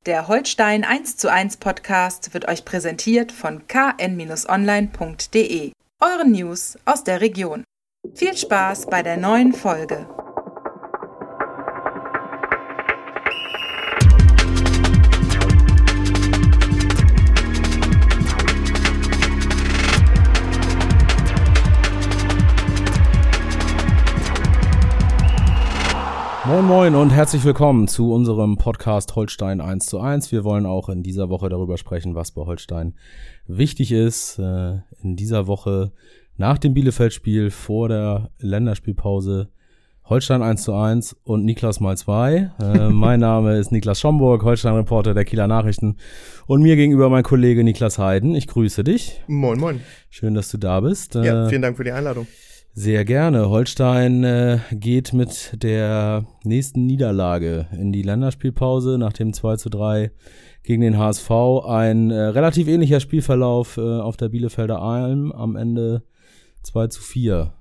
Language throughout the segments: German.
Der Holstein 1:1 Podcast wird euch präsentiert von kn-online.de, euren News aus der Region. Viel Spaß bei der neuen Folge. Moin Moin und herzlich willkommen zu unserem Podcast Holstein 1:1. Wir wollen auch in dieser Woche darüber sprechen, was bei Holstein wichtig ist. In dieser Woche nach dem Bielefeld-Spiel vor der Länderspielpause Holstein 1:1 und Niklas mal 2. Mein Name ist Niklas Schomburg, Holstein-Reporter der Kieler Nachrichten und mir gegenüber mein Kollege Niklas Heiden. Ich grüße dich. Moin Moin. Schön, dass du da bist. Ja, vielen Dank für die Einladung. Sehr gerne. Holstein geht mit der nächsten Niederlage in die Länderspielpause nach dem 2:3 gegen den HSV. Ein relativ ähnlicher Spielverlauf auf der Bielefelder Alm. Am Ende 2:4.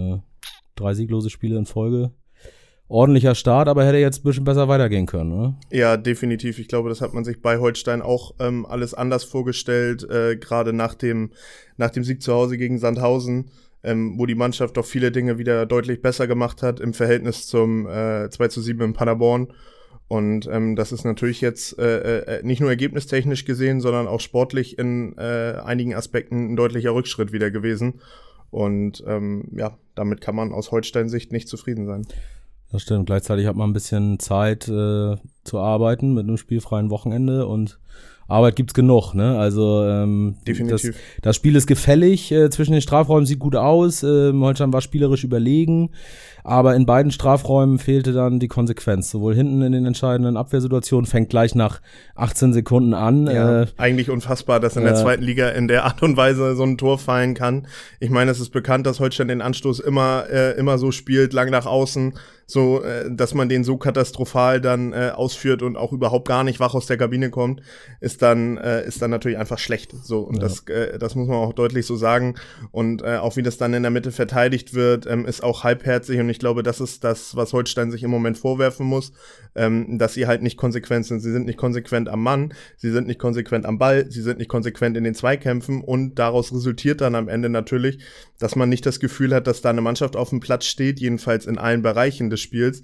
3 sieglose Spiele in Folge. Ordentlicher Start, aber hätte jetzt ein bisschen besser weitergehen können, oder? Ja, definitiv. Ich glaube, das hat man sich bei Holstein auch alles anders vorgestellt. Gerade nach dem Sieg zu Hause gegen Sandhausen. Wo die Mannschaft doch viele Dinge wieder deutlich besser gemacht hat im Verhältnis zum 2:7 in Paderborn. Und das ist natürlich jetzt nicht nur ergebnistechnisch gesehen, sondern auch sportlich in einigen Aspekten ein deutlicher Rückschritt wieder gewesen. Und damit kann man aus Holstein-Sicht nicht zufrieden sein. Das stimmt. Gleichzeitig hat man ein bisschen Zeit zu arbeiten mit einem spielfreien Wochenende und Arbeit gibt's genug, ne? Also definitiv. Das Spiel ist gefällig zwischen den Strafräumen, sieht gut aus. Holstein war spielerisch überlegen, aber in beiden Strafräumen fehlte dann die Konsequenz. Sowohl hinten in den entscheidenden Abwehrsituationen, fängt gleich nach 18 Sekunden an. Ja, eigentlich unfassbar, dass in der zweiten Liga in der Art und Weise so ein Tor fallen kann. Ich meine, es ist bekannt, dass Holstein den Anstoß immer so spielt, lang nach außen, so dass man den so katastrophal dann ausführt und auch überhaupt gar nicht wach aus der Kabine kommt, ist dann natürlich einfach schlecht. So, und das muss man auch deutlich so sagen. Und auch wie das dann in der Mitte verteidigt wird, ist auch halbherzig. Und ich glaube, das ist das, was Holstein sich im Moment vorwerfen muss, dass sie halt nicht konsequent sind. Sie sind nicht konsequent am Mann, sie sind nicht konsequent am Ball, sie sind nicht konsequent in den Zweikämpfen. Und daraus resultiert dann am Ende natürlich, dass man nicht das Gefühl hat, dass da eine Mannschaft auf dem Platz steht, jedenfalls in allen Bereichen des Spiels,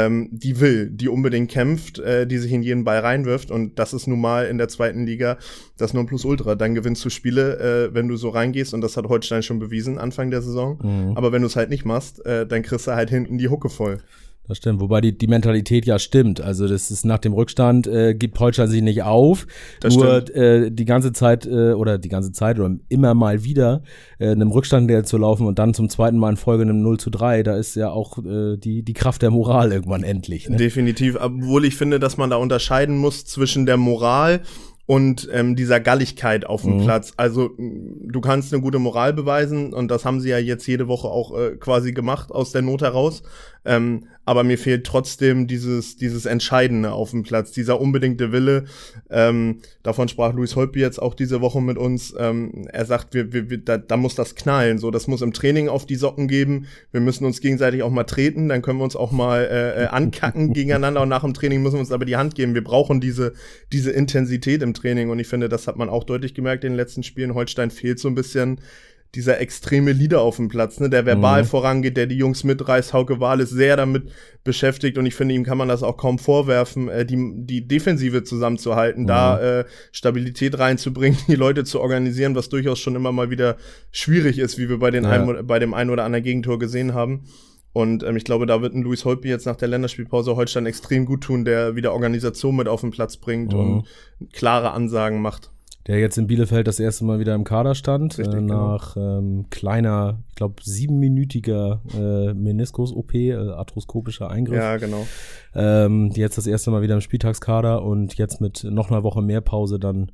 die unbedingt kämpft, die sich in jeden Ball reinwirft, und das ist nun mal in der zweiten Liga das Nonplusultra. Dann gewinnst du Spiele, wenn du so reingehst, und das hat Holstein schon bewiesen Anfang der Saison, aber wenn du es halt nicht machst, dann kriegst du halt hinten die Hucke voll. Das stimmt, wobei die Mentalität ja stimmt. Also das ist nach dem Rückstand, gibt Holstein sich nicht auf. Das nur die ganze Zeit oder immer mal wieder einem Rückstand zu laufen und dann zum zweiten Mal in Folge einem 0:3, da ist ja auch die Kraft der Moral irgendwann endlich. Ne? Definitiv, obwohl ich finde, dass man da unterscheiden muss zwischen der Moral und dieser Galligkeit auf dem Platz. Also du kannst eine gute Moral beweisen, und das haben sie ja jetzt jede Woche auch quasi gemacht, aus der Not heraus. Aber mir fehlt trotzdem dieses Entscheidende auf dem Platz, dieser unbedingte Wille. Davon sprach Louis Holtby jetzt auch diese Woche mit uns. Er sagt, da muss das knallen. So, das muss im Training auf die Socken geben. Wir müssen uns gegenseitig auch mal treten, dann können wir uns auch mal ankacken gegeneinander, und nach dem Training müssen wir uns aber die Hand geben. Wir brauchen diese Intensität im Training, und ich finde, das hat man auch deutlich gemerkt in den letzten Spielen. Holstein fehlt so ein bisschen dieser extreme Leader auf dem Platz, ne, der verbal vorangeht, der die Jungs mitreißt. Hauke Wahl ist sehr damit beschäftigt, und ich finde, ihm kann man das auch kaum vorwerfen, die Defensive zusammenzuhalten, da Stabilität reinzubringen, die Leute zu organisieren, was durchaus schon immer mal wieder schwierig ist, wie wir bei dem einen oder anderen Gegentor gesehen haben. Und ich glaube, da wird ein Louis Holtby jetzt nach der Länderspielpause Holstein extrem gut tun, der wieder Organisation mit auf den Platz bringt und klare Ansagen macht. Der jetzt in Bielefeld das erste Mal wieder im Kader stand, richtig, nach kleiner, ich glaube 7-minütiger Meniskus-OP, arthroskopischer Eingriff. Ja, genau. Jetzt das erste Mal wieder im Spieltagskader und jetzt mit noch einer Woche mehr Pause dann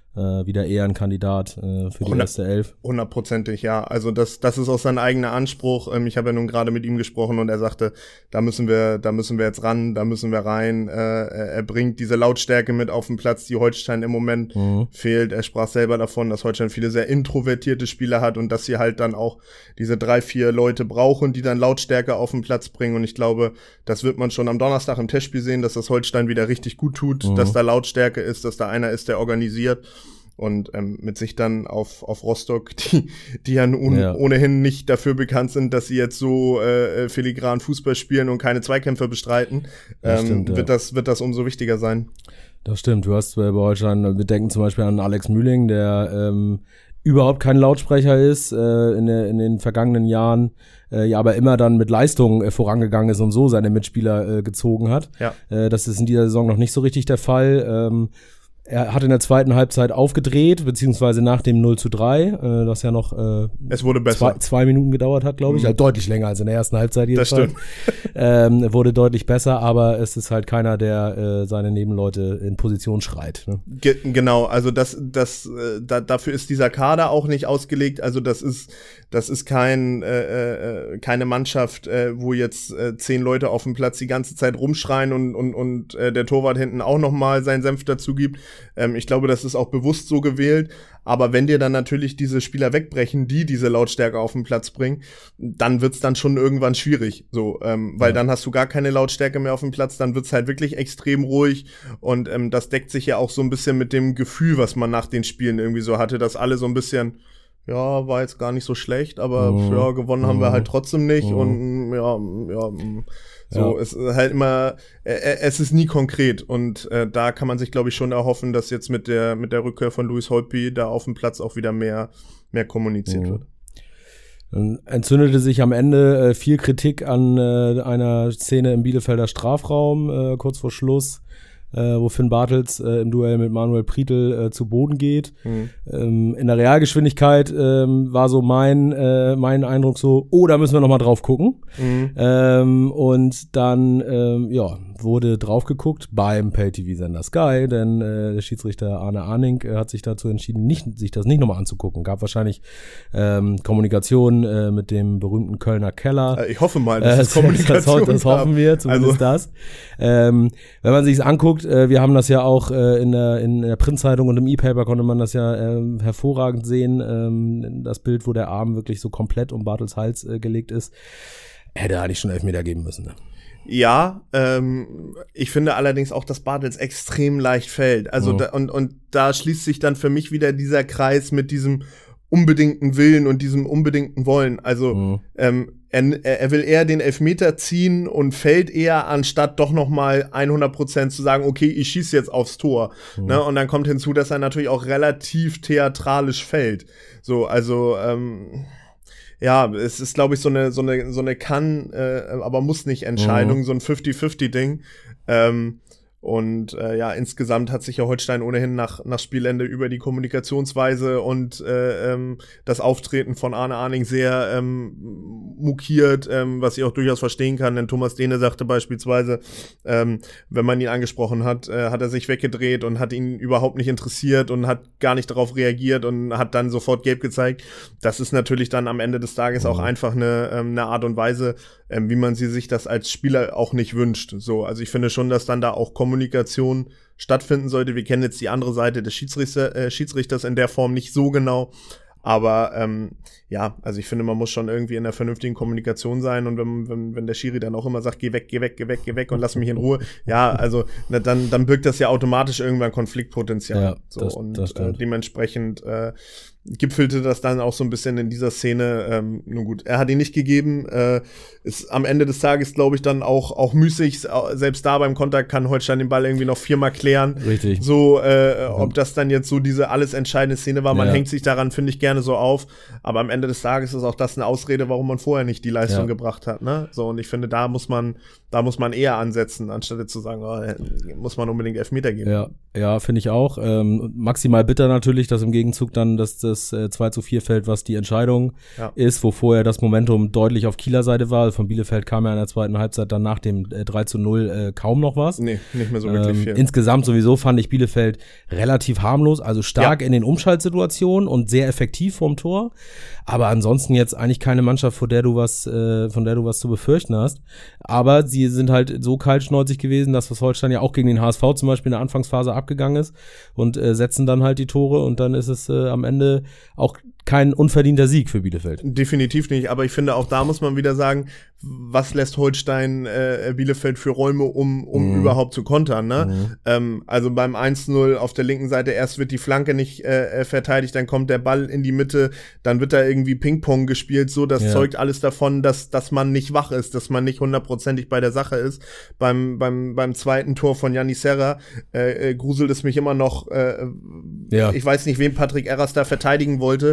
wieder eher ein Kandidat für die erste Elf. 100%, ja. Also das ist auch sein eigener Anspruch. Ich habe ja nun gerade mit ihm gesprochen und er sagte, da müssen wir jetzt ran, da müssen wir rein. Er bringt diese Lautstärke mit auf den Platz, die Holstein im Moment fehlt. Er sprach selber davon, dass Holstein viele sehr introvertierte Spieler hat und dass sie halt dann auch diese 3-4 Leute brauchen, die dann Lautstärke auf den Platz bringen. Und ich glaube, das wird man schon am Donnerstag im Testspiel sehen, dass das Holstein wieder richtig gut tut, dass da Lautstärke ist, dass da einer ist, der organisiert. Und mit sich dann auf Rostock, die ja nun ohnehin nicht dafür bekannt sind, dass sie jetzt so filigran Fußball spielen und keine Zweikämpfe bestreiten, wird das umso wichtiger sein. Das stimmt, du hast bei Holstein, wir denken zum Beispiel an Alex Mühling, der überhaupt kein Lautsprecher ist, in den vergangenen Jahren, aber immer dann mit Leistung vorangegangen ist und so seine Mitspieler gezogen hat. Ja. Das ist in dieser Saison noch nicht so richtig der Fall. Er hat in der zweiten Halbzeit aufgedreht, beziehungsweise nach dem 0:3, das ja noch es wurde besser. Zwei Minuten gedauert hat, glaube ich. Also deutlich länger als in der ersten Halbzeit jedenfalls. Das stimmt. Wurde deutlich besser, aber es ist halt keiner, der seine Nebenleute in Position schreit. Ne? Genau, also dafür ist dieser Kader auch nicht ausgelegt. Also das ist keine Mannschaft, wo jetzt 10 Leute auf dem Platz die ganze Zeit rumschreien und der Torwart hinten auch noch mal seinen Senf dazu gibt. Ich glaube, das ist auch bewusst so gewählt. Aber wenn dir dann natürlich diese Spieler wegbrechen, die diese Lautstärke auf den Platz bringen, dann wird's dann schon irgendwann schwierig. So, weil dann hast du gar keine Lautstärke mehr auf dem Platz, dann wird's halt wirklich extrem ruhig. Und das deckt sich ja auch so ein bisschen mit dem Gefühl, was man nach den Spielen irgendwie so hatte, dass alle so ein bisschen, ja, war jetzt gar nicht so schlecht, aber ja, gewonnen haben wir halt trotzdem nicht. Und es ist halt immer, es ist nie konkret. Und da kann man sich, glaube ich, schon erhoffen, dass jetzt mit der Rückkehr von Louis Holtby da auf dem Platz auch wieder mehr kommuniziert wird. Dann entzündete sich am Ende viel Kritik an einer Szene im Bielefelder Strafraum, kurz vor Schluss, wo Finn Bartels im Duell mit Manuel Prietl zu Boden geht. In der Realgeschwindigkeit war so mein Eindruck so, da müssen wir noch mal drauf gucken. Und dann wurde drauf geguckt beim Pay-TV-Sender Sky, denn der Schiedsrichter Arne Arning hat sich dazu entschieden, sich das nicht nochmal anzugucken. Gab wahrscheinlich Kommunikation mit dem berühmten Kölner Keller. Ich hoffe mal, dass es Kommunikation das hoffen wir, zumindest das. Wenn man sich's anguckt, wir haben das ja auch in der Printzeitung und im E-Paper konnte man das ja hervorragend sehen, das Bild, wo der Arm wirklich so komplett um Bartels Hals gelegt ist. Hätte eigentlich schon Elfmeter geben müssen, ne? Ja, ich finde allerdings auch, dass Bartels extrem leicht fällt. Also da schließt sich dann für mich wieder dieser Kreis mit diesem unbedingten Willen und diesem unbedingten Wollen. Also er will eher den Elfmeter ziehen und fällt eher, anstatt doch noch mal 100% zu sagen, okay, ich schieße jetzt aufs Tor. Ne? Und dann kommt hinzu, dass er natürlich auch relativ theatralisch fällt. So, also ja, es ist, glaube ich, so eine kann, aber muss nicht Entscheidung, so ein 50-50-Ding. Und insgesamt hat sich ja Holstein ohnehin nach Spielende über die Kommunikationsweise und das Auftreten von Arne Arning sehr mokiert, was ich auch durchaus verstehen kann, denn Thomas Dehne sagte beispielsweise, wenn man ihn angesprochen hat, hat er sich weggedreht und hat ihn überhaupt nicht interessiert und hat gar nicht darauf reagiert und hat dann sofort gelb gezeigt. Das ist natürlich dann am Ende des Tages auch einfach eine Art und Weise, wie man sich das als Spieler auch nicht wünscht. So, also ich finde schon, dass dann da auch Kommunikation stattfinden sollte. Wir kennen jetzt die andere Seite des Schiedsrichters in der Form nicht so genau. Aber also ich finde, man muss schon irgendwie in einer vernünftigen Kommunikation sein und wenn der Schiri dann auch immer sagt, geh weg und lass mich in Ruhe, ja, also dann birgt das ja automatisch irgendwann Konfliktpotenzial. Ja, das dementsprechend gipfelte das dann auch so ein bisschen in dieser Szene. Nun gut, er hat ihn nicht gegeben. Ist am Ende des Tages, glaube ich, dann auch müßig. Selbst da beim Kontakt kann Holstein den Ball irgendwie noch 4-mal klären. Richtig. So, ob das dann jetzt so diese alles entscheidende Szene war. Man hängt sich daran, finde ich, gerne so auf. Aber am Ende des Tages ist auch das eine Ausrede, warum man vorher nicht die Leistung gebracht hat. Ne? So, und ich finde, da muss man eher ansetzen, anstatt zu sagen, muss man unbedingt Elfmeter geben. Ja, Ja, finde ich auch. Maximal bitter natürlich, dass im Gegenzug dann das 2:4 fällt, was die Entscheidung ist, wo vorher das Momentum deutlich auf Kieler Seite war. Von Bielefeld kam ja in der zweiten Halbzeit dann nach dem 3:0 kaum noch was. Nee, nicht mehr so wirklich viel. Insgesamt sowieso fand ich Bielefeld relativ harmlos, also stark in den Umschaltsituationen und sehr effektiv vorm Tor. Aber ansonsten jetzt eigentlich keine Mannschaft, von der du was zu befürchten hast. Aber sie sind halt so kaltschnäuzig gewesen, dass was Holstein ja auch gegen den HSV zum Beispiel in der Anfangsphase abgegangen ist und setzen dann halt die Tore und dann ist es am Ende auch kein unverdienter Sieg für Bielefeld. Definitiv nicht, aber ich finde, auch da muss man wieder sagen, was lässt Holstein Bielefeld für Räume, um überhaupt zu kontern, ne? Also beim 1:0 auf der linken Seite, erst wird die Flanke nicht verteidigt, dann kommt der Ball in die Mitte, dann wird da irgendwie Ping-Pong gespielt, so, das zeugt alles davon, dass man nicht wach ist, dass man nicht 100%ig bei der Sache ist. Beim zweiten Tor von Gianni Serra gruselt es mich immer noch, ich weiß nicht, wen Patrick Erras da verteidigen wollte,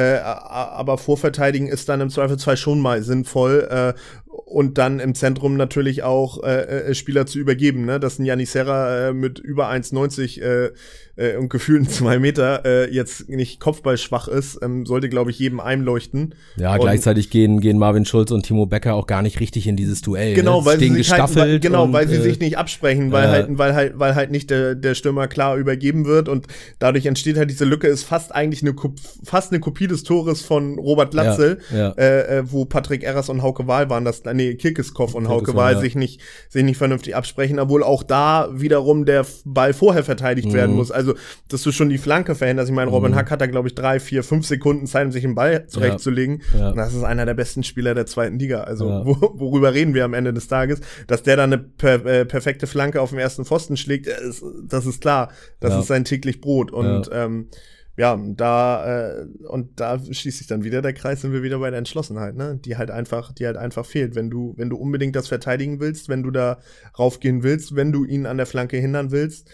aber vorverteidigen ist dann im Zweifelsfall schon mal sinnvoll, und dann im Zentrum natürlich auch Spieler zu übergeben, ne? Dass ein Gianni Serra mit über 1,90 und gefühlten 2 Meter jetzt nicht kopfballschwach ist, sollte, glaube ich, jedem einleuchten. Ja, und gleichzeitig gehen Marvin Schulz und Timo Becker auch gar nicht richtig in dieses Duell. Genau, ne? weil sie sich weil sie sich nicht absprechen, weil halt nicht der Stürmer klar übergeben wird und dadurch entsteht halt diese Lücke, ist fast eigentlich fast eine Kopie des Tores von Robert Glatzel, wo Patrick Erras und Hauke Wahl waren, Kirkeskov und Hauke Wahl sich nicht vernünftig absprechen, obwohl auch da wiederum der Ball vorher verteidigt werden muss. Also, dass du schon die Flanke verhinderst. Ich meine, Robin Hack hat da, glaube ich, 3, 4, 5 Sekunden Zeit, um sich den Ball zurechtzulegen. Ja. Und das ist einer der besten Spieler der zweiten Liga. Also, worüber reden wir am Ende des Tages? Dass der da eine perfekte Flanke auf dem ersten Pfosten schlägt, das ist klar. Das ist sein täglich Brot. Und da schließt sich dann wieder der Kreis, sind wir wieder bei der Entschlossenheit, ne? Die halt einfach fehlt. Wenn du unbedingt das verteidigen willst, wenn du da raufgehen willst, wenn du ihn an der Flanke hindern willst,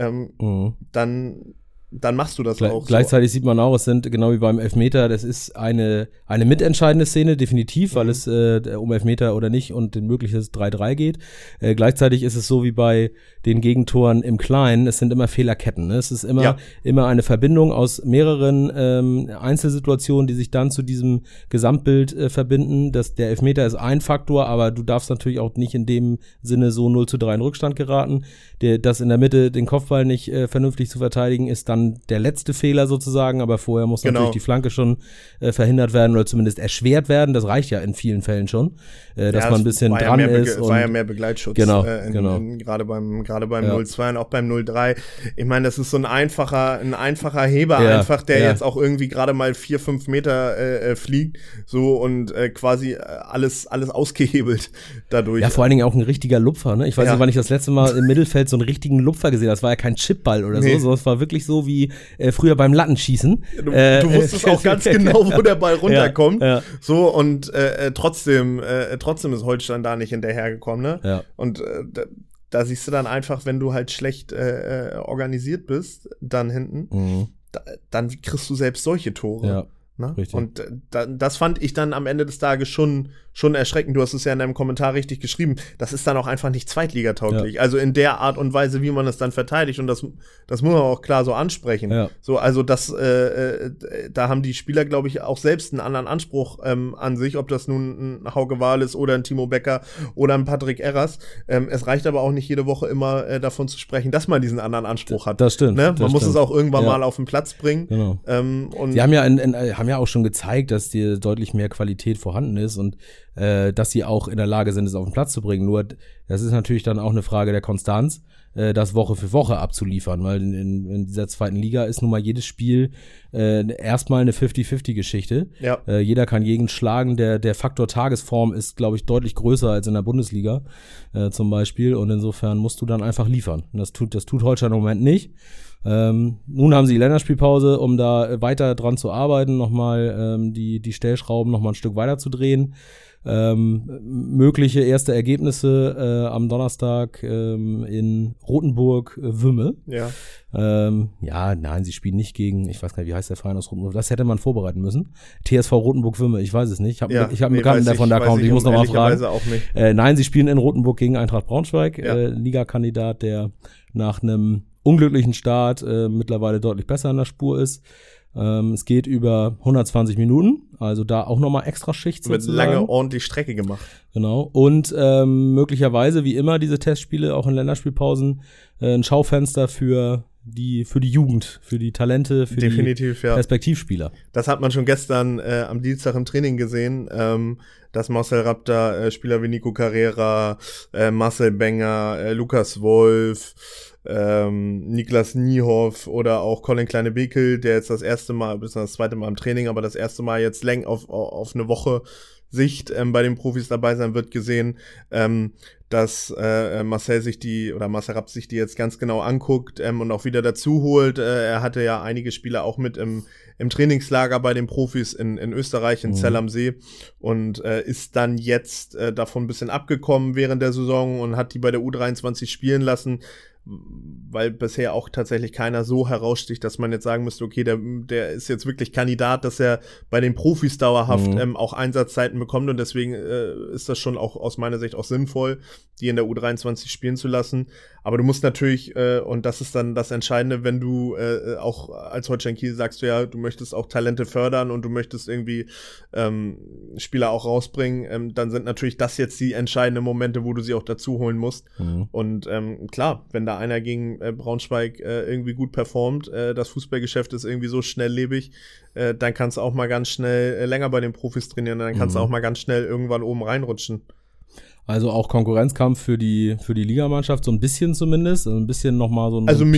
dann machst du das auch. Gleichzeitig sieht man auch, es sind genau wie beim Elfmeter, das ist eine mitentscheidende Szene, definitiv, weil es um Elfmeter oder nicht und ein mögliches 3:3 geht. Gleichzeitig ist es so wie bei den Gegentoren im Kleinen, es sind immer Fehlerketten. Ne? Es ist immer eine Verbindung aus mehreren Einzelsituationen, die sich dann zu diesem Gesamtbild verbinden. Der Elfmeter ist ein Faktor, aber du darfst natürlich auch nicht in dem Sinne so 0:3 in Rückstand geraten. Das in der Mitte den Kopfball nicht vernünftig zu verteidigen, ist dann der letzte Fehler sozusagen, aber vorher muss natürlich die Flanke schon verhindert werden oder zumindest erschwert werden. Das reicht ja in vielen Fällen schon, dass man ein bisschen dran ist. Es war ja mehr Begleitschutz. Genau. Gerade beim 0:2 und auch beim 0:3. Ich meine, das ist so ein einfacher Heber der jetzt auch irgendwie gerade mal 4, 5 Meter fliegt, so und quasi alles ausgehebelt dadurch. Ja, vor allen Dingen auch ein richtiger Lupfer, ne? Ich weiß nicht, wann ich das letzte Mal im Mittelfeld so einen richtigen Lupfer gesehen habe. Das war ja kein Chipball oder so, sondern es war wirklich so wie früher beim Lattenschießen. Du wusstest auch ganz genau, wo der Ball runterkommt. So, und trotzdem ist Holstein da nicht hinterhergekommen, ne? Ja. Und da siehst du dann einfach, wenn du halt schlecht organisiert bist, dann hinten, dann kriegst du selbst solche Tore. Ja. Ne? Und das fand ich dann am Ende des Tages schon erschreckend. Du hast es ja in deinem Kommentar richtig geschrieben. Das ist dann auch einfach nicht zweitligatauglich. Ja. Also in der Art und Weise, wie man es dann verteidigt. Und das muss man auch klar so ansprechen. Ja. So, also da haben die Spieler, glaube ich, auch selbst einen anderen Anspruch an sich, ob das nun ein Hauke Wahl ist oder ein Timo Becker oder ein Patrick Erras. Es reicht aber auch nicht jede Woche immer davon zu sprechen, dass man diesen anderen Anspruch hat. Das stimmt. Ne? Man muss es auch irgendwann mal auf den Platz bringen. Genau. Und die haben ja auch schon gezeigt, dass dir deutlich mehr Qualität vorhanden ist und dass sie auch in der Lage sind, es auf den Platz zu bringen. Nur das ist natürlich dann auch eine Frage der Konstanz, das Woche für Woche abzuliefern, weil in dieser zweiten Liga ist nun mal jedes Spiel erstmal eine 50-50-Geschichte. Ja. Jeder kann jeden schlagen. Der Faktor Tagesform ist, glaube ich, deutlich größer als in der Bundesliga zum Beispiel und insofern musst du dann einfach liefern. Und das tut Holstein im Moment nicht. Nun haben sie die Länderspielpause, um da weiter dran zu arbeiten, nochmal die Stellschrauben nochmal ein Stück weiter zu drehen. Mögliche erste Ergebnisse am Donnerstag in Rotenburg-Wümme. Ja. Nein, sie spielen nicht gegen, ich weiß gar nicht, wie heißt der Verein aus Rotenburg, das hätte man vorbereiten müssen. TSV Rotenburg-Wümme, ich weiß es nicht. Ich hab einen Bekannten, der von da kommt, ich muss noch mal fragen. Auch nicht. Nein, sie spielen in Rotenburg gegen Eintracht Braunschweig, Ligakandidat, der nach einem unglücklichen Start mittlerweile deutlich besser in der Spur ist. Es geht über 120 Minuten, also da auch nochmal extra Schicht sozusagen. Wird lange ordentlich Strecke gemacht. Genau. Und möglicherweise, wie immer, diese Testspiele, auch in Länderspielpausen, ein Schaufenster für die Jugend, für die Talente, für definitiv, die Perspektivspieler. Das hat man schon gestern am Dienstag im Training gesehen, dass Marcel Rapp da Spieler wie Nico Carrera, Marcel Benger, Lukas Wolf, Niklas Niehoff oder auch Colin Kleine-Bekel, der jetzt das zweite Mal im Training, aber das erste Mal jetzt auf eine Woche Sicht bei den Profis dabei sein wird, gesehen, dass Marcel Rapp sich die jetzt ganz genau anguckt und auch wieder dazu holt. Er hatte ja einige Spieler auch mit im Trainingslager bei den Profis in Österreich, in Zell am See, und ist dann jetzt davon ein bisschen abgekommen während der Saison und hat die bei der U23 spielen lassen, weil bisher auch tatsächlich keiner so heraussticht, dass man jetzt sagen müsste, okay, der ist jetzt wirklich Kandidat, dass er bei den Profis dauerhaft auch Einsatzzeiten bekommt, und deswegen ist das schon auch aus meiner Sicht auch sinnvoll, die in der U23 spielen zu lassen. Aber du musst natürlich, und das ist dann das Entscheidende, wenn du auch als Holstein Kiel sagst du ja, du möchtest auch Talente fördern und du möchtest irgendwie Spieler auch rausbringen, dann sind natürlich das jetzt die entscheidenden Momente, wo du sie auch dazu holen musst. Und klar, wenn da einer gegen Braunschweig irgendwie gut performt, das Fußballgeschäft ist irgendwie so schnelllebig, dann kannst du auch mal ganz schnell länger bei den Profis trainieren, dann kannst du auch mal ganz schnell irgendwann oben reinrutschen. Also auch Konkurrenzkampf für die Ligamannschaft, so ein bisschen zumindest, also ein bisschen nochmal so ein Also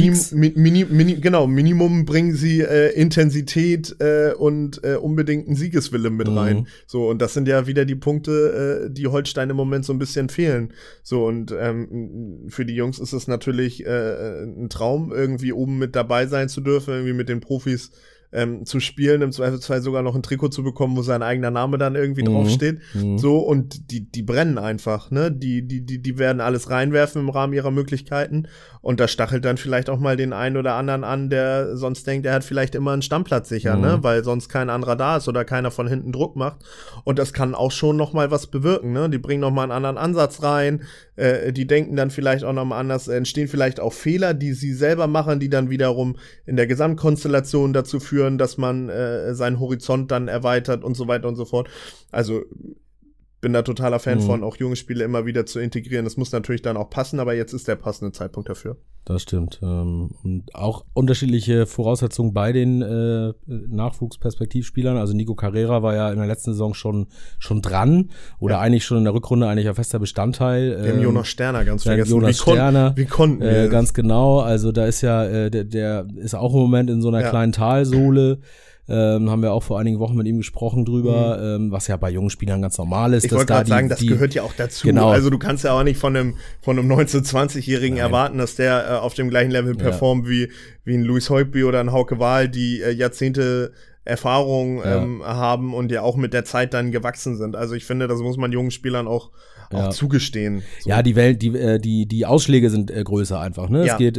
Minimum bringen sie Intensität und unbedingt einen Siegeswille mit rein. So, und das sind ja wieder die Punkte, die Holstein im Moment so ein bisschen fehlen. So, und für die Jungs ist es natürlich ein Traum, irgendwie oben mit dabei sein zu dürfen, irgendwie mit den Profis zu spielen, im Zweifelsfall sogar noch ein Trikot zu bekommen, wo sein eigener Name dann irgendwie draufsteht. So, und die brennen einfach, ne? Die werden alles reinwerfen im Rahmen ihrer Möglichkeiten, und da stachelt dann vielleicht auch mal den einen oder anderen an, der sonst denkt, er hat vielleicht immer einen Stammplatz sicher, ne? Weil sonst kein anderer da ist oder keiner von hinten Druck macht, und das kann auch schon noch mal was bewirken, ne? Die bringen noch mal einen anderen Ansatz rein, die denken dann vielleicht auch noch mal anders, entstehen vielleicht auch Fehler, die sie selber machen, die dann wiederum in der Gesamtkonstellation dazu führen, dass man seinen Horizont dann erweitert und so weiter und so fort. Also bin da totaler Fan von, auch junge Spiele immer wieder zu integrieren. Das muss natürlich dann auch passen, aber jetzt ist der passende Zeitpunkt dafür. Das stimmt. Und auch unterschiedliche Voraussetzungen bei den Nachwuchsperspektivspielern. Also Nico Carrera war ja in der letzten Saison schon dran oder eigentlich schon in der Rückrunde eigentlich ein fester Bestandteil. Wir haben Jonas Sterner ganz vergessen. Jonas Sterner. Wie konnten wir ganz genau. Also da ist ja, der ist auch im Moment in so einer kleinen Talsohle. Haben wir auch vor einigen Wochen mit ihm gesprochen drüber, was ja bei jungen Spielern ganz normal ist. Ich wollte gerade sagen, das gehört ja auch dazu. Genau. Also du kannst ja auch nicht von einem 19-, 20-Jährigen erwarten, dass der auf dem gleichen Level performt wie ein Luis Heugby oder ein Hauke Wahl, die Jahrzehnte Erfahrung haben und ja auch mit der Zeit dann gewachsen sind. Also ich finde, das muss man jungen Spielern auch zugestehen. So. Ja, die Ausschläge sind größer einfach, ne? Ja.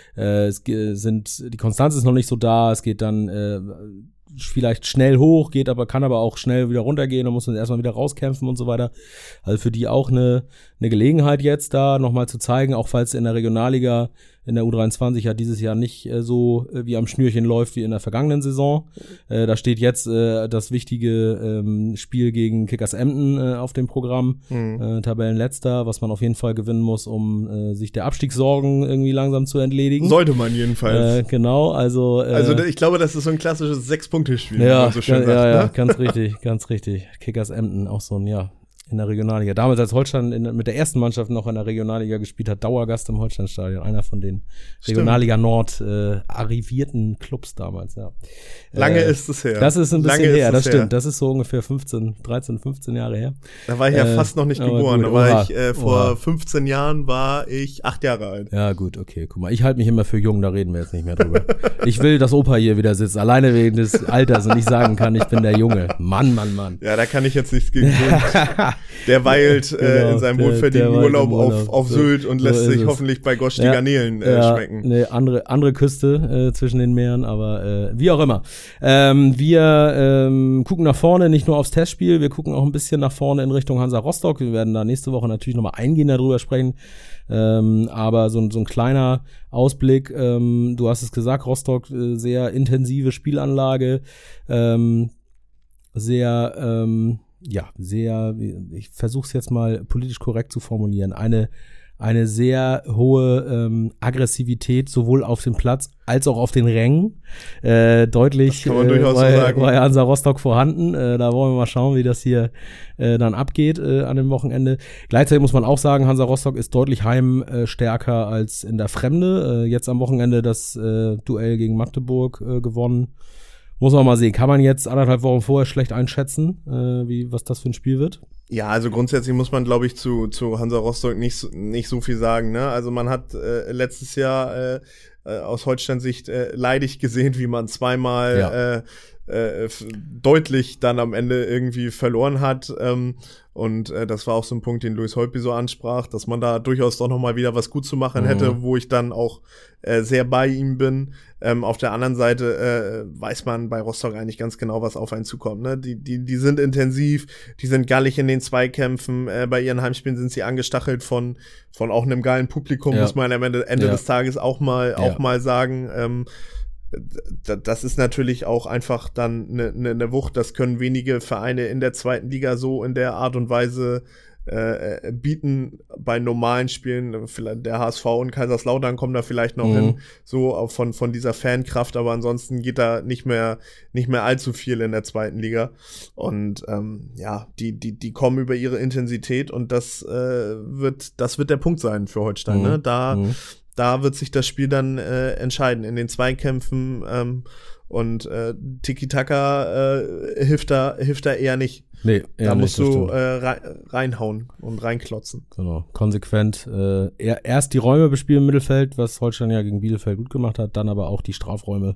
Die Konstanz ist noch nicht so da, es geht dann vielleicht schnell hoch, kann aber auch schnell wieder runtergehen, dann muss man erstmal wieder rauskämpfen und so weiter. Also für die auch eine Gelegenheit jetzt da nochmal zu zeigen, auch falls in der Regionalliga, in der U23 ja dieses Jahr nicht so wie am Schnürchen läuft wie in der vergangenen Saison. Da steht jetzt das wichtige Spiel gegen Kickers Emden auf dem Programm, Tabellenletzter, was man auf jeden Fall gewinnen muss, um sich der Abstiegssorgen irgendwie langsam zu entledigen. Sollte man jedenfalls. Genau, also ich glaube, das ist so ein klassisches 6-Punkte-Spiel, wie ja, man so schön sagt. Ja, ganz richtig. Kickers Emden, auch so ein, in der Regionalliga. Damals, als Holstein mit der ersten Mannschaft noch in der Regionalliga gespielt hat, Dauergast im Holsteinstadion. Einer von den Regionalliga Nord arrivierten Clubs damals, ja. Lange ist es her. Das ist ein bisschen her, das stimmt. Das ist so ungefähr 15 Jahre her. Da war ich ja fast noch nicht geboren. Da war vor 15 Jahren war ich 8 Jahre alt. Ja, gut, okay. Guck mal, ich halte mich immer für jung, da reden wir jetzt nicht mehr drüber. Ich will, dass Opa hier wieder sitzt, alleine wegen des Alters und ich sagen kann, ich bin der Junge. Mann. Ja, da kann ich jetzt nichts gegen tun. Der weilt in seinem wohlverdienten Urlaub auf Sylt und lässt sich hoffentlich bei Gosch die Garnelen schmecken. Eine andere Küste zwischen den Meeren, aber wie auch immer. Wir gucken nach vorne, nicht nur aufs Testspiel, wir gucken auch ein bisschen nach vorne in Richtung Hansa Rostock. Wir werden da nächste Woche natürlich nochmal eingehender drüber sprechen. Aber so ein kleiner Ausblick, du hast es gesagt, Rostock, sehr intensive Spielanlage, sehr, ich versuche es jetzt mal politisch korrekt zu formulieren, eine sehr hohe Aggressivität sowohl auf dem Platz als auch auf den Rängen. Deutlich bei Hansa Rostock vorhanden. Da wollen wir mal schauen, wie das hier dann abgeht an dem Wochenende. Gleichzeitig muss man auch sagen, Hansa Rostock ist deutlich heimstärker als in der Fremde. Jetzt am Wochenende das Duell gegen Magdeburg gewonnen. Muss man mal sehen. Kann man jetzt 1,5 Wochen vorher schlecht einschätzen, was das für ein Spiel wird? Ja, also grundsätzlich muss man, glaube ich, zu Hansa Rostock nicht so viel sagen, ne? Also man hat letztes Jahr aus Holstein-Sicht leidig gesehen, wie man zweimal deutlich dann am Ende irgendwie verloren hat. Und das war auch so ein Punkt, den Louis Holtby so ansprach, dass man da durchaus doch noch mal wieder was gut zu machen hätte, wo ich dann auch sehr bei ihm bin. Auf der anderen Seite weiß man bei Rostock eigentlich ganz genau, was auf einen zukommt. Ne? Die sind intensiv, die sind gallig in den Zweikämpfen. Bei ihren Heimspielen sind sie angestachelt von auch einem geilen Publikum, muss man am Ende des Tages auch mal sagen. Das ist natürlich auch einfach dann eine Wucht. Das können wenige Vereine in der zweiten Liga so in der Art und Weise bieten. Bei normalen Spielen, vielleicht der HSV und Kaiserslautern kommen da vielleicht noch hin, so auch von dieser Fankraft, aber ansonsten geht da nicht mehr allzu viel in der zweiten Liga. Und die kommen über ihre Intensität und das wird der Punkt sein für Holstein. Ne? Da wird sich das Spiel dann entscheiden in den Zweikämpfen und Tiki-Taka hilft da eher nicht. Nee, da musst du reinhauen und reinklotzen. Genau, konsequent. Erst die Räume bespielen im Mittelfeld, was Holstein ja gegen Bielefeld gut gemacht hat, dann aber auch die Strafräume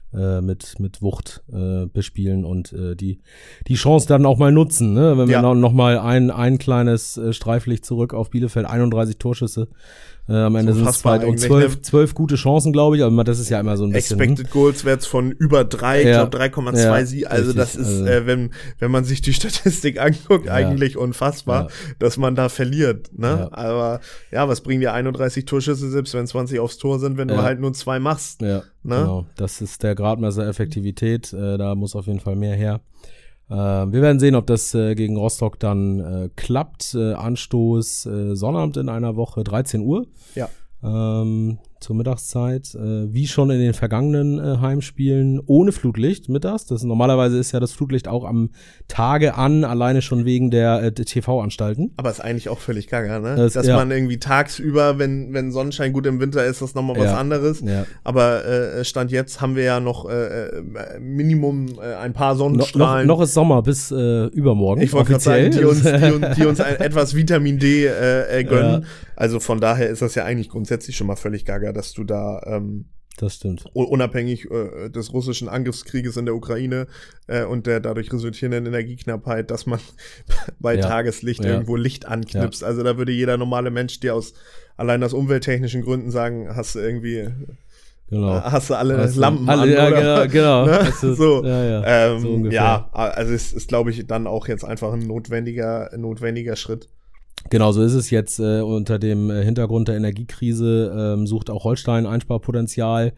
mit Wucht bespielen und die Chance dann auch mal nutzen, ne? Wenn wir noch mal ein kleines Streiflicht zurück auf Bielefeld, 31 Torschüsse. Am Ende sind es und 12 gute Chancen, glaube ich, aber das ist ja immer so ein bisschen. Expected Goals Werts von über 3, ich glaube 3,2, also das ist, wenn man sich die Statistik anguckt, eigentlich unfassbar, dass man da verliert, ne? Aber was bringen dir 31 Torschüsse, selbst wenn 20 aufs Tor sind, wenn du halt nur 2 machst? Ja, ne? Genau, das ist der Gradmesser Effektivität, da muss auf jeden Fall mehr her. Wir werden sehen, ob das gegen Rostock dann klappt. Anstoß Sonnabend in einer Woche, 13 Uhr. Ja. Zur Mittagszeit, wie schon in den vergangenen Heimspielen, ohne Flutlicht mittags. Normalerweise ist ja das Flutlicht auch am Tage an, alleine schon wegen der TV-Anstalten. Aber ist eigentlich auch völlig gaga, ne? Dass man irgendwie tagsüber, wenn Sonnenschein gut im Winter ist, das nochmal was anderes. Ja. Aber Stand jetzt haben wir ja noch Minimum ein paar Sonnenstrahlen. Noch ist Sommer bis übermorgen. Ich wollte gerade sagen, die uns etwas Vitamin D gönnen. Ja. Also von daher ist das ja eigentlich grundsätzlich schon mal völlig gaga, dass du da das stimmt. Unabhängig des russischen Angriffskrieges in der Ukraine und der dadurch resultierenden Energieknappheit, dass man bei Tageslicht irgendwo Licht anknipst. Also da würde jeder normale Mensch dir allein aus umwelttechnischen Gründen sagen, hast du irgendwie hast du alle Lampen an, oder? Genau. Ne? So, so also es ist, glaube ich, dann auch jetzt einfach ein notwendiger Schritt. Genau, so ist es jetzt unter dem Hintergrund der Energiekrise, sucht auch Holstein Einsparpotenzial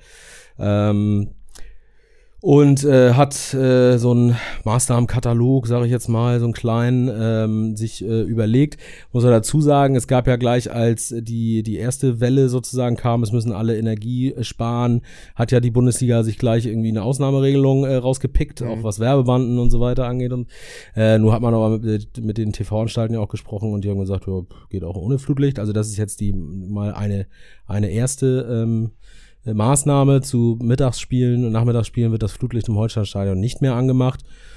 und hat so einen Maßnahmenkatalog, sage ich jetzt mal, so einen kleinen sich überlegt. Muss man dazu sagen, es gab ja gleich, als die erste Welle sozusagen kam, es müssen alle Energie sparen, hat ja die Bundesliga sich gleich irgendwie eine Ausnahmeregelung rausgepickt, auch was Werbebanden und so weiter angeht. Und nur hat man aber mit den TV-Anstalten ja auch gesprochen und die haben gesagt, geht auch ohne Flutlicht. Also das ist jetzt mal eine erste Maßnahme zu Mittagsspielen und Nachmittagsspielen wird das Flutlicht im Holsteinstadion nicht mehr angemacht.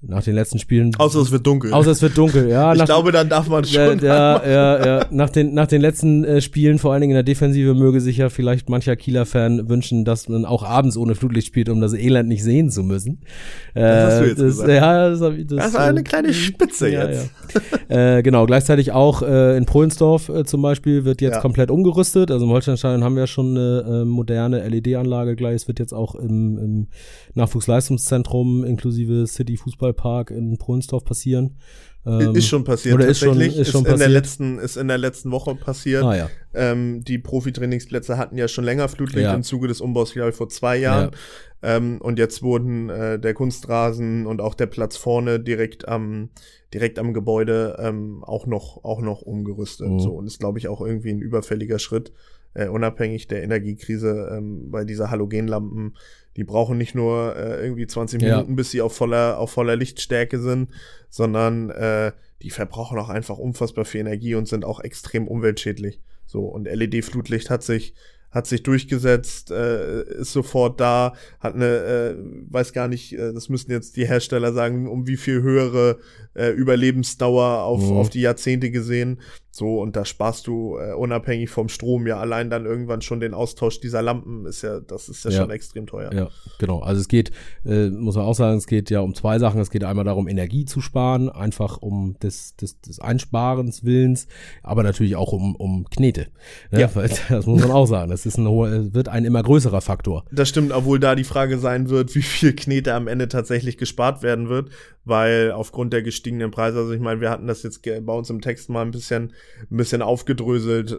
nach den letzten Spielen. Außer es wird dunkel. Ja. Ich glaube, dann darf man schon. Ja. Nach den letzten Spielen, vor allen Dingen in der Defensive, möge sich ja vielleicht mancher Kieler-Fan wünschen, dass man auch abends ohne Flutlicht spielt, um das Elend nicht sehen zu müssen. Das hast du jetzt gesagt. Ja, das war eine kleine Spitze jetzt. Ja. Genau, gleichzeitig auch in Pohlensdorf zum Beispiel wird jetzt komplett umgerüstet. Also im Holsteinstadion haben wir ja schon eine moderne LED-Anlage gleich. Es wird jetzt auch im Nachwuchsleistungszentrum inklusive City-Fußballpark in Pohlensdorf passieren. Ist schon passiert. Oder tatsächlich. Ist schon passiert. Ist in der letzten Woche passiert. Ah, ja. Die Profi-Trainingsplätze hatten ja schon länger Flutlicht im Zuge des Umbaus, glaube ich, vor 2 Jahren. Ja. Und jetzt wurden der Kunstrasen und auch der Platz vorne direkt am Gebäude auch noch umgerüstet. So, und ist, glaube ich, auch irgendwie ein überfälliger Schritt, unabhängig der Energiekrise, bei dieser Halogenlampen. Die brauchen nicht nur irgendwie 20 Minuten, bis sie auf voller Lichtstärke sind, sondern die verbrauchen auch einfach unfassbar viel Energie und sind auch extrem umweltschädlich. So, und LED-Flutlicht hat sich durchgesetzt, ist sofort da, hat weiß gar nicht, das müssen jetzt die Hersteller sagen, um wie viel höhere Überlebensdauer auf die Jahrzehnte gesehen. So, und da sparst du unabhängig vom Strom ja allein dann irgendwann schon den Austausch dieser Lampen, das ist ja schon extrem teuer. Ja, genau. Also es geht, muss man auch sagen, es geht ja um 2 Sachen. Es geht einmal darum, Energie zu sparen, einfach um des Einsparens Willens, aber natürlich auch um Knete. Ne? Ja. Das muss man auch sagen. Das ist wird ein immer größerer Faktor. Das stimmt, obwohl da die Frage sein wird, wie viel Knete am Ende tatsächlich gespart werden wird, weil aufgrund der gestiegenen Preise, also ich meine, wir hatten das jetzt bei uns im Text mal ein bisschen aufgedröselt,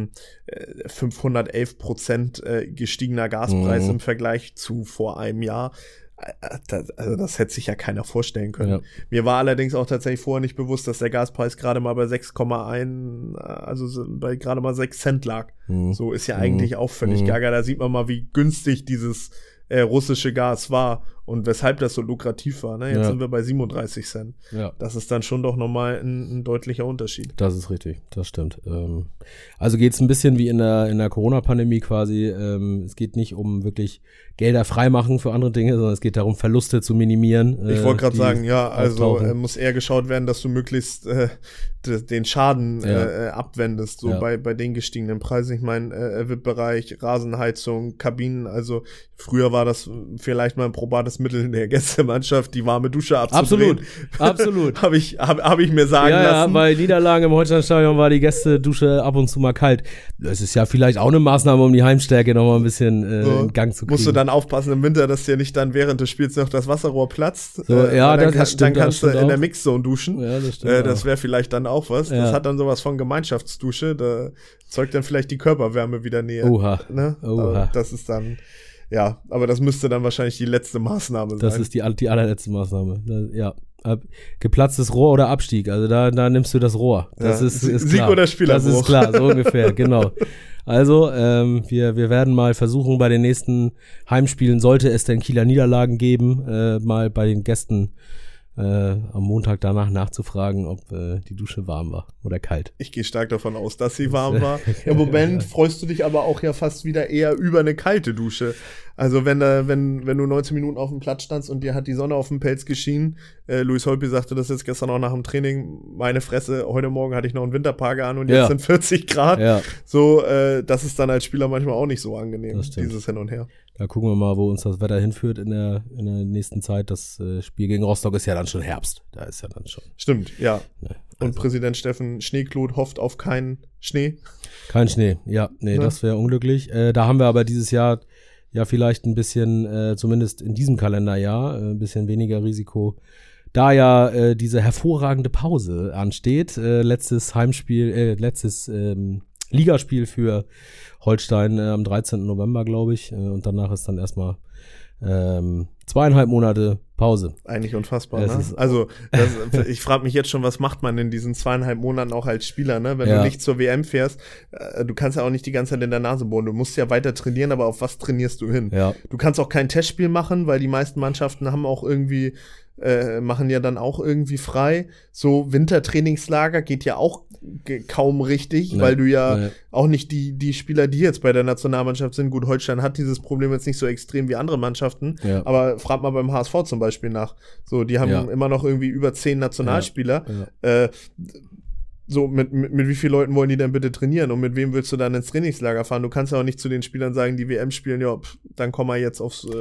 511% gestiegener Gaspreis im Vergleich zu vor einem Jahr. Also das hätte sich ja keiner vorstellen können. Ja. Mir war allerdings auch tatsächlich vorher nicht bewusst, dass der Gaspreis gerade mal bei 6,1, also bei gerade mal 6 Cent lag. So ist ja eigentlich auch völlig gaga. Da sieht man mal, wie günstig dieses russische Gas war und weshalb das so lukrativ war. Ne? Jetzt sind wir bei 37 Cent. Ja. Das ist dann schon doch nochmal ein deutlicher Unterschied. Das ist richtig, das stimmt. Also geht es ein bisschen wie in der Corona-Pandemie quasi. Es geht nicht um wirklich Gelder freimachen für andere Dinge, sondern es geht darum, Verluste zu minimieren. Ich wollte gerade sagen, also muss eher geschaut werden, dass du möglichst den Schaden abwendest, so bei den gestiegenen Preisen. Ich meine, VIP-Bereich, Rasenheizung, Kabinen, also früher war das vielleicht mal ein probates Mittel in der Gästemannschaft, die warme Dusche abzudrehen. Absolut. Hab ich mir sagen lassen. Ja, bei Niederlagen im Holsteinstadion war die Gästedusche ab und zu mal kalt. Das ist ja vielleicht auch eine Maßnahme, um die Heimstärke noch mal ein bisschen in Gang zu kriegen. Musst du dann aufpassen im Winter, dass dir nicht dann während des Spiels noch das Wasserrohr platzt. So, das stimmt. Dann kannst du in der Mixzone duschen. Ja, das stimmt. Das wäre vielleicht dann auch was. Ja. Das hat dann sowas von Gemeinschaftsdusche. Da zeugt dann vielleicht die Körperwärme wieder näher. Oha. Ne? Oha. Das ist dann, ja, aber das müsste dann wahrscheinlich die letzte Maßnahme sein. Das ist die allerletzte Maßnahme. Ja. Geplatztes Rohr oder Abstieg, also da nimmst du das Rohr. Das ist Sieg klar. Oder Spielerbruch. Das ist klar, so ungefähr, genau. Also, wir werden mal versuchen, bei den nächsten Heimspielen, sollte es denn Kieler Niederlagen geben, mal bei den Gästen am Montag danach nachzufragen, ob die Dusche warm war oder kalt. Ich gehe stark davon aus, dass sie warm war. Im Moment freust du dich aber auch ja fast wieder eher über eine kalte Dusche. Also wenn du 19 Minuten auf dem Platz standst und dir hat die Sonne auf den Pelz geschienen, Luis Holtby sagte das jetzt gestern auch nach dem Training, meine Fresse, heute Morgen hatte ich noch einen Winterparker an und jetzt sind 40 Grad. Ja. So, das ist dann als Spieler manchmal auch nicht so angenehm, dieses Hin und Her. Da gucken wir mal, wo uns das Wetter hinführt in der nächsten Zeit. Das Spiel gegen Rostock ist ja dann schon Herbst. Da ist ja dann schon. Stimmt, ja. Und Präsident Steffen Schneekloth hofft auf keinen Schnee. Kein Schnee, ja. Nee, das wäre unglücklich. Da haben wir aber dieses Jahr ja vielleicht ein bisschen, zumindest in diesem Kalenderjahr, ein bisschen weniger Risiko. Da ja diese hervorragende Pause ansteht. Letztes Ligaspiel für Holstein am 13. November, glaube ich. Und danach ist dann erstmal 2,5 Monate Pause. Eigentlich unfassbar, ne? Also, ich frage mich jetzt schon, was macht man in diesen 2,5 Monaten auch als Spieler, ne? Wenn du nicht zur WM fährst, du kannst ja auch nicht die ganze Zeit in der Nase bohren. Du musst ja weiter trainieren, aber auf was trainierst du hin? Ja. Du kannst auch kein Testspiel machen, weil die meisten Mannschaften haben auch irgendwie machen ja dann auch irgendwie frei. So Wintertrainingslager geht ja auch kaum richtig, weil du ja auch nicht die Spieler, die jetzt bei der Nationalmannschaft sind. Gut, Holstein hat dieses Problem jetzt nicht so extrem wie andere Mannschaften, aber frag mal beim HSV zum Beispiel nach. So, die haben immer noch irgendwie über 10 Nationalspieler. So, mit wie vielen Leuten wollen die denn bitte trainieren? Und mit wem willst du dann ins Trainingslager fahren? Du kannst ja auch nicht zu den Spielern sagen, die WM spielen, ja, dann komm mal jetzt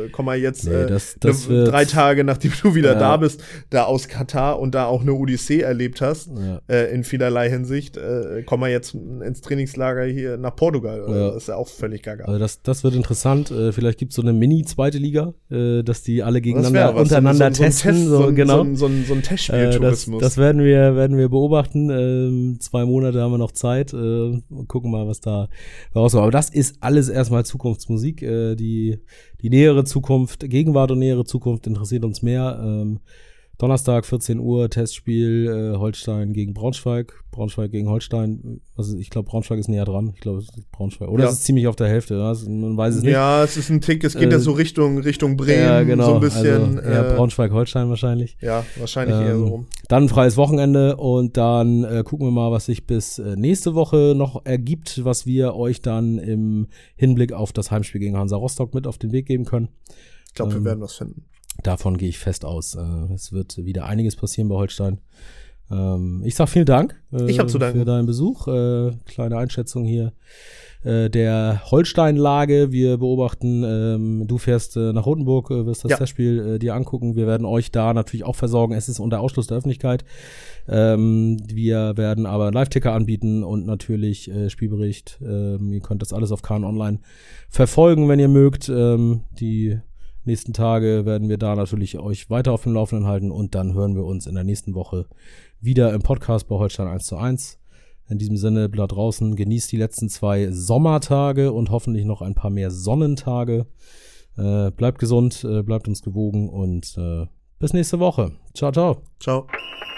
3 Tage, nachdem du wieder da bist, da aus Katar und da auch eine Odyssee erlebt hast, in vielerlei Hinsicht, komm mal jetzt ins Trainingslager hier nach Portugal. Das ist ja auch völlig gaga. Also das wird interessant. Vielleicht gibt's so eine Mini-zweite Liga, dass die alle gegeneinander untereinander testen. So ein Testspieltourismus. Das werden wir beobachten. 2 Monate haben wir noch Zeit. Gucken mal, was da rauskommt. Aber das ist alles erstmal Zukunftsmusik. Die nähere Zukunft, Gegenwart und nähere Zukunft interessiert uns mehr. Donnerstag, 14 Uhr, Testspiel, Holstein gegen Braunschweig. Braunschweig gegen Holstein. Also ich glaube, Braunschweig ist näher dran. Ich glaube, es ist Braunschweig. Oder es ist ziemlich auf der Hälfte. Man weiß es nicht. Ja, es ist ein Tick. Es geht ja so Richtung Bremen. Ja, genau. So ein bisschen. Also eher Braunschweig-Holstein wahrscheinlich. Ja, wahrscheinlich eher so rum. Dann ein freies Wochenende und dann gucken wir mal, was sich bis nächste Woche noch ergibt, was wir euch dann im Hinblick auf das Heimspiel gegen Hansa Rostock mit auf den Weg geben können. Ich glaube, wir werden was finden. Davon gehe ich fest aus. Es wird wieder einiges passieren bei Holstein. Ich sag vielen Dank ich hab zu danken. Für deinen Besuch. Kleine Einschätzung hier der Holstein-Lage. Wir beobachten, du fährst nach Rothenburg, wirst das Testspiel dir angucken. Wir werden euch da natürlich auch versorgen. Es ist unter Ausschluss der Öffentlichkeit. Wir werden aber Live-Ticker anbieten und natürlich Spielbericht. Ihr könnt das alles auf KN Online verfolgen, wenn ihr mögt. Die nächsten Tage werden wir da natürlich euch weiter auf dem Laufenden halten und dann hören wir uns in der nächsten Woche wieder im Podcast bei Holstein 1:1. In diesem Sinne, bleibt draußen, genießt die letzten 2 Sommertage und hoffentlich noch ein paar mehr Sonnentage. Bleibt gesund, bleibt uns gewogen und bis nächste Woche. Ciao, ciao. Ciao.